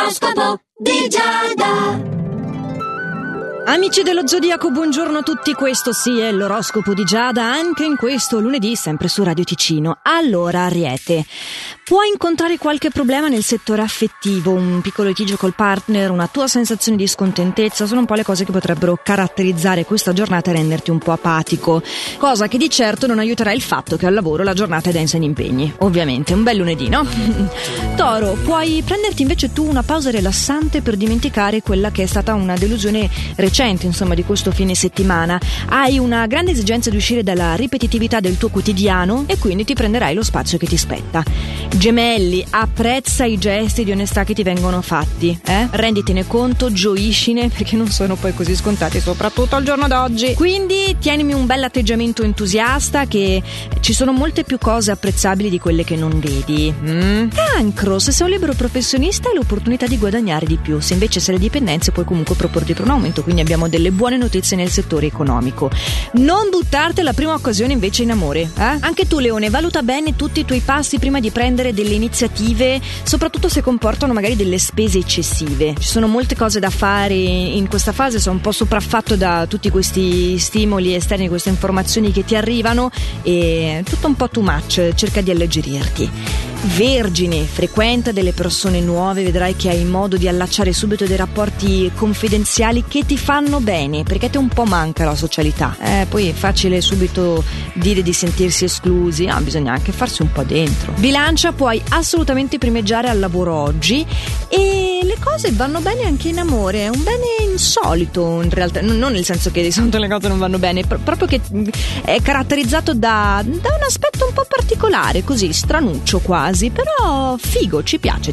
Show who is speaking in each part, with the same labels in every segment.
Speaker 1: L'oroscopo di Giada.
Speaker 2: Amici dello Zodiaco, buongiorno a tutti, questo sì è l'oroscopo di Giada, anche in questo lunedì, sempre su Radio Ticino. Allora, Ariete, puoi incontrare qualche problema nel settore affettivo, un piccolo litigio col partner, una tua sensazione di scontentezza, sono un po' le cose che potrebbero caratterizzare questa giornata e renderti un po' apatico, cosa che di certo non aiuterà il fatto che al lavoro la giornata è densa in impegni. Ovviamente, un bel lunedì, no? Toro, puoi prenderti invece tu una pausa rilassante per dimenticare quella che è stata una delusione recente, insomma, di questo fine settimana. Hai una grande esigenza di uscire dalla ripetitività del tuo quotidiano e quindi ti prenderai lo spazio che ti spetta. Gemelli, apprezza i gesti di onestà che ti vengono fatti, renditene conto, gioiscine, perché non sono poi così scontati, soprattutto al giorno d'oggi. Quindi tienimi un bel atteggiamento entusiasta, che ci sono molte più cose apprezzabili di quelle che non vedi. Cancro, se sei un libero professionista hai l'opportunità di guadagnare di più, se invece sei le dipendenze puoi comunque proporti per un aumento, quindi abbiamo delle buone notizie nel settore economico. Non buttarti alla prima occasione invece in amore, Anche tu, Leone, valuta bene tutti i tuoi passi prima di prendere delle iniziative, soprattutto se comportano magari delle spese eccessive. Ci sono molte cose da fare in questa fase, sono un po' sopraffatto da tutti questi stimoli esterni, queste informazioni che ti arrivano, e tutto un po' too much, cerca di alleggerirti. Vergine, frequenta delle persone nuove, vedrai che hai modo di allacciare subito dei rapporti confidenziali che ti fanno bene, perché te un po' manca la socialità. Poi è facile subito dire di sentirsi esclusi, bisogna anche farsi un po' dentro. Bilancia, puoi assolutamente primeggiare al lavoro oggi e le cose vanno bene anche in amore, è un bene insolito in realtà, non nel senso che di solito le cose non vanno bene, proprio che è caratterizzato da un aspetto un po' particolare, così stranuccio quasi, però figo, ci piace.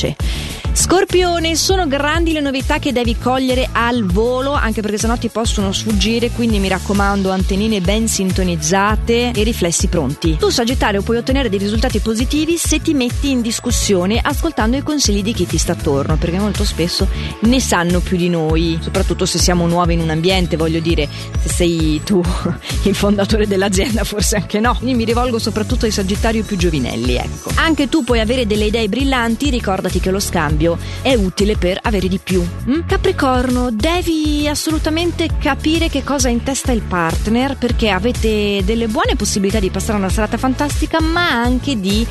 Speaker 2: Scorpione, sono grandi le novità che devi cogliere al volo, anche perché sennò ti possono sfuggire, quindi mi raccomando, antennine ben sintonizzate e riflessi pronti. Tu, Sagittario, puoi ottenere dei risultati positivi se ti metti in discussione ascoltando i consigli di chi ti sta attorno, perché molto spesso ne sanno più di noi, soprattutto se siamo nuovi in un ambiente, voglio dire, se sei tu il fondatore dell'azienda forse anche no. Quindi mi rivolgo soprattutto ai Sagittario più giovinelli, ecco. Anche tu puoi avere delle idee brillanti, ricordati che lo scambio è utile per avere di più. Capricorno, devi assolutamente capire che cosa ha in testa il partner, perché avete delle buone possibilità di passare una serata fantastica, ma anche di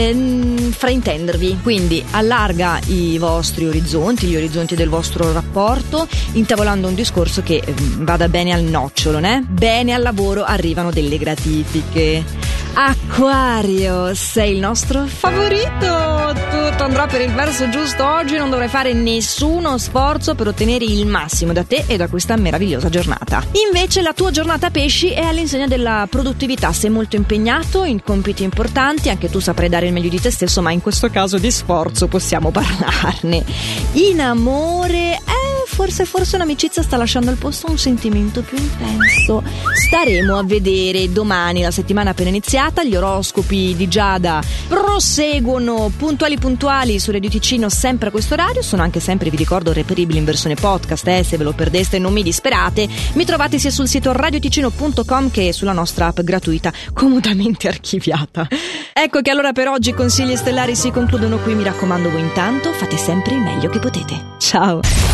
Speaker 2: fraintendervi. Quindi allarga i vostri orizzonti, gli orizzonti del vostro rapporto, intavolando un discorso che vada bene al nocciolo, Bene al lavoro arrivano delle gratifiche. Acquario, sei il nostro favorito, tutto andrà per il verso giusto oggi, non dovrai fare nessuno sforzo per ottenere il massimo da te e da questa meravigliosa giornata. Invece la tua giornata, Pesci, è all'insegna della produttività, sei molto impegnato in compiti importanti, anche tu saprai dare il meglio di te stesso, ma in questo caso di sforzo possiamo parlarne. In amore, forse un'amicizia sta lasciando il posto a un sentimento più intenso. Staremo a vedere domani, la settimana appena iniziata. Gli oroscopi di Giada proseguono puntuali su Radio Ticino, sempre a questo orario. Sono anche sempre, vi ricordo, reperibili in versione podcast, se ve lo perdeste non mi disperate. Mi trovate sia sul sito radioticino.com che sulla nostra app gratuita, comodamente archiviata. Ecco che allora per oggi i consigli stellari si concludono qui, mi raccomando, voi intanto fate sempre il meglio che potete. Ciao!